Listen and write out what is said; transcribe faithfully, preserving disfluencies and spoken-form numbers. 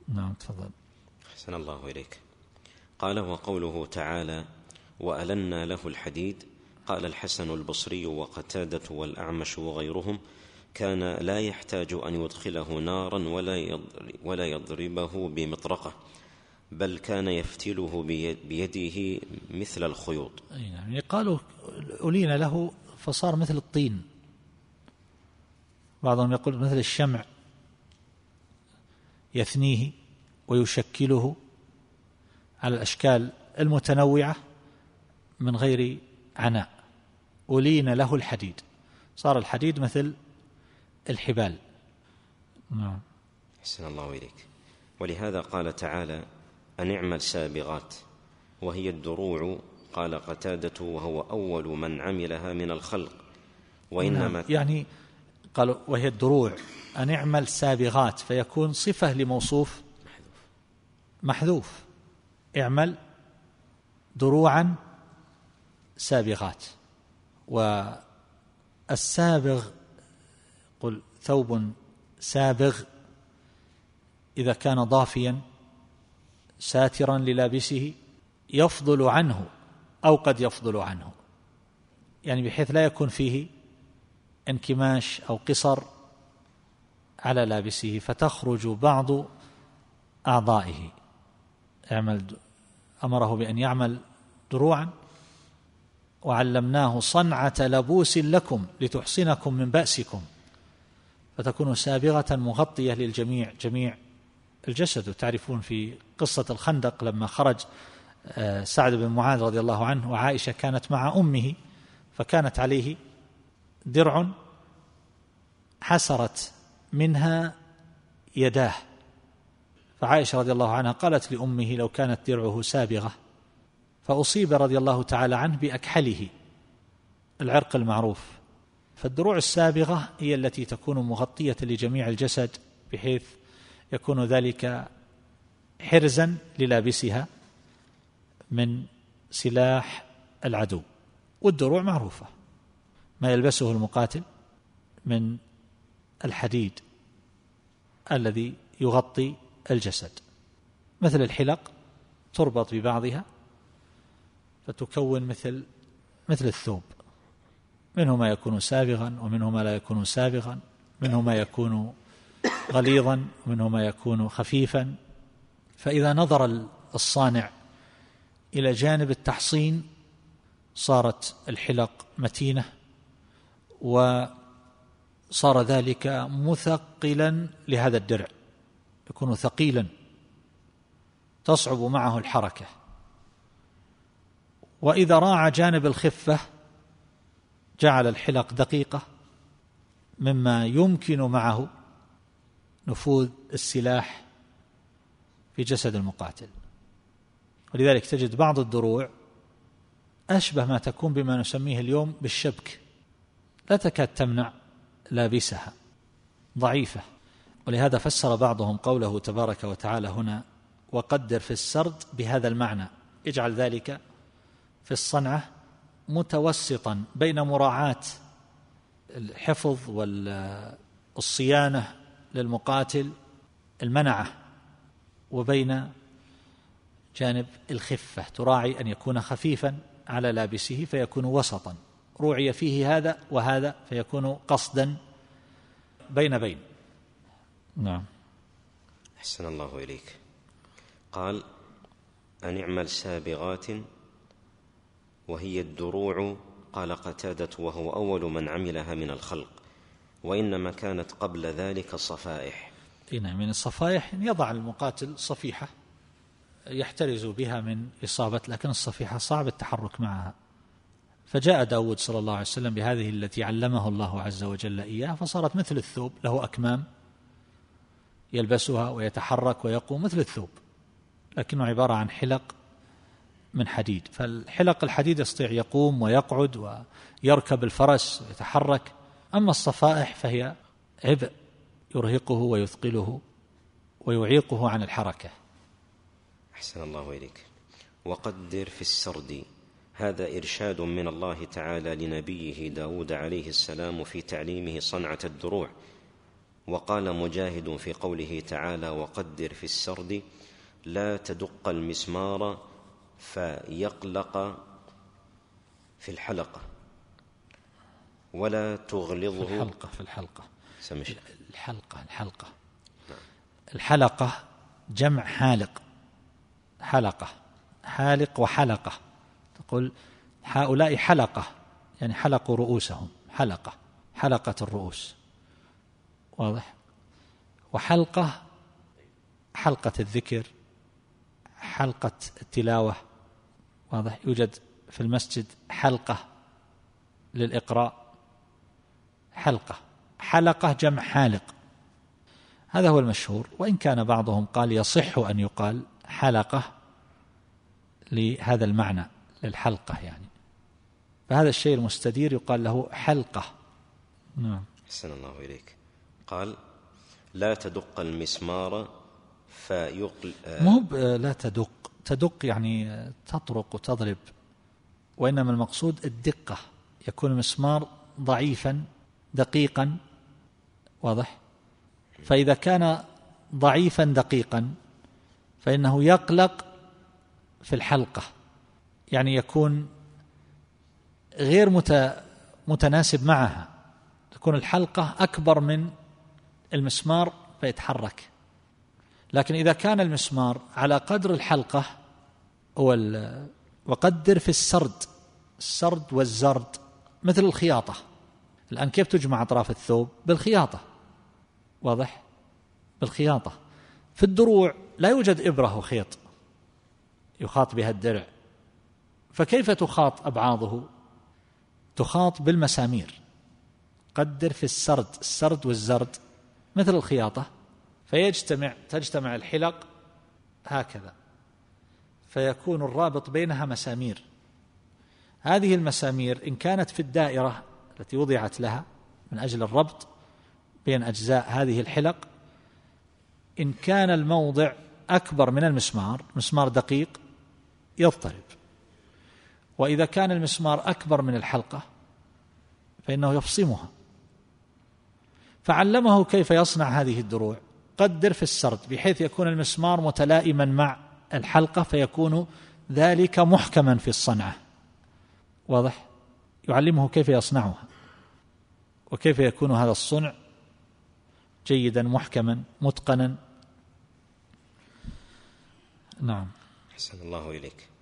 نعم تفضل. أحسن الله إليك. قال: وقوله تعالى: وألنا له الحديد. قال الحسن البصري وقتادة والأعمش وغيرهم: كان لا يحتاج أن يدخله نارا ولا يضربه بمطرقة، بل كان يفتله بيده مثل الخيوط. يعني قالوا ألين له فصار مثل الطين، بعضهم يقول مثل الشمع يثنيه ويشكله على الأشكال المتنوعة من غير عناء. ألين له الحديد، صار الحديد مثل الحبال. نعم. أحسن الله إليك. ولهذا قال تعالى: أن اعمل سابغات وهي الدروع. قال قتادة: وهو أول من عملها من الخلق. وإنما يعني قالوا وهي الدروع أن اعمل سابغات، فيكون صفة لموصوف محذوف. اعمل دروعا سابغات. والسابغ قل ثوب سابغ إذا كان ضافيا ساترا للابسه يفضل عنه أو قد يفضل عنه، يعني بحيث لا يكون فيه انكماش أو قصر على لابسه فتخرج بعض أعضائه. يعمل أمره بأن يعمل دروعا وعلمناه صنعة لبوس لكم لتحصنكم من بأسكم، فتكون سابغة مغطية للجميع جميع الجسد. وتعرفون في قصة الخندق لما خرج سعد بن معاذ رضي الله عنه وعائشة كانت مع أمه، فكانت عليه درع حسرت منها يداه، فعائشة رضي الله عنها قالت لأمه: لو كانت درعه سابغة. فأصيب رضي الله تعالى عنه بأكحله، العرق المعروف. فالدروع السابغة هي التي تكون مغطية لجميع الجسد بحيث يكون ذلك حرزا للابسها من سلاح العدو. والدروع معروفة، ما يلبسه المقاتل من الحديد الذي يغطي الجسد، مثل الحلق تربط ببعضها فتكون مثل مثل الثوب، منه ما يكون سابغا ومنه ما لا يكون سابغا، منه ما يكون غليظا ومنه ما يكون خفيفا. فإذا نظر الصانع إلى جانب التحصين صارت الحلق متينة، وصار ذلك مثقلا لهذا الدرع، يكون ثقيلا تصعب معه الحركة. وإذا راعى جانب الخفة جعل الحلق دقيقة مما يمكن معه نفوذ السلاح في جسد المقاتل. ولذلك تجد بعض الدروع أشبه ما تكون بما نسميه اليوم بالشبك، لا تكاد تمنع لابسها، ضعيفة. ولهذا فسر بعضهم قوله تبارك وتعالى هنا: وقدر في السرد بهذا المعنى، اجعل ذلك في الصنعة متوسطا بين مراعاة الحفظ والصيانة للمقاتل المنعة، وبين جانب الخفة، تراعي أن يكون خفيفا على لابسه فيكون وسطا، روعي فيه هذا وهذا فيكون قصدا بين بين. نعم. أحسن الله إليك. قال: أن اعمل سابغات وهي الدروع. قال قتادة: وهو أول من عملها من الخلق، وإنما كانت قبل ذلك صفائح. إن من الصفائح يضع المقاتل صفيحة يحترز بها من إصابة، لكن الصفيحة صعب التحرك معها. فجاء داود صلى الله عليه وسلم بهذه التي علمه الله عز وجل إياه، فصارت مثل الثوب، له أكمام يلبسها ويتحرك ويقوم مثل الثوب، لكنه عبارة عن حلق من حديد. فالحلق الحديد يستطيع يقوم ويقعد ويركب الفرس ويتحرك. أما الصفائح فهي عبء يرهقه ويثقله ويعيقه عن الحركة. أحسن الله إليك. وقدر في السرد. هذا إرشاد من الله تعالى لنبيه داود عليه السلام في تعليمه صنعة الدروع، وقال مجاهد في قوله تعالى وقدر في السرد لا تدق المسمار فيقلق في الحلقة ولا تغلظه في الحلقة في الحلقة سمش. الحلقة الحلقة الحلقة جمع حالق، حلقة حالق وحلقة، تقول هؤلاء حلقة يعني حلقوا رؤوسهم، حلقة حلقة الرؤوس، واضح. وحلقة حلقة الذكر، حلقة التلاوة، واضح. يوجد في المسجد حلقة للإقراء، حلقة حلقة جمع حالق، هذا هو المشهور. وإن كان بعضهم قال يصح أن يقال حلقة لهذا المعنى للحلقة يعني، فهذا الشيء المستدير يقال له حلقة. نعم. أحسن الله إليك. قال لا تدق المسمار فيقل مو لا تدق، تدق يعني تطرق وتضرب، وإنما المقصود الدقة، يكون المسمار ضعيفا دقيقا، واضح. فإذا كان ضعيفا دقيقا فإنه يقلق في الحلقة، يعني يكون غير متناسب معها، تكون الحلقة أكبر من المسمار فيتحرك. لكن إذا كان المسمار على قدر الحلقة، وقدر في السرد، السرد والزرد مثل الخياطة. الآن كيف تجمع أطراف الثوب؟ بالخياطة، واضح، بالخياطة. في الدروع لا يوجد إبرة وخيط يخاط بها الدرع، فكيف تخاط أبعاضه؟ تخاط بالمسامير. قدر في السرد، السرد والزرد مثل الخياطة، فيجتمع تجتمع الحلق هكذا، فيكون الرابط بينها مسامير. هذه المسامير إن كانت في الدائرة التي وضعت لها من أجل الربط بين أجزاء هذه الحلق، إن كان الموضع أكبر من المسمار، مسمار دقيق، يضطرب. وإذا كان المسمار أكبر من الحلقة فإنه يفصمها. فعلمه كيف يصنع هذه الدروع. قدر في السرد بحيث يكون المسمار متلائما مع الحلقة، فيكون ذلك محكما في الصنعة، واضح. يعلمه كيف يصنعها وكيف يكون هذا الصنع جيدا محكما متقنا. نعم. أحسن الله إليك.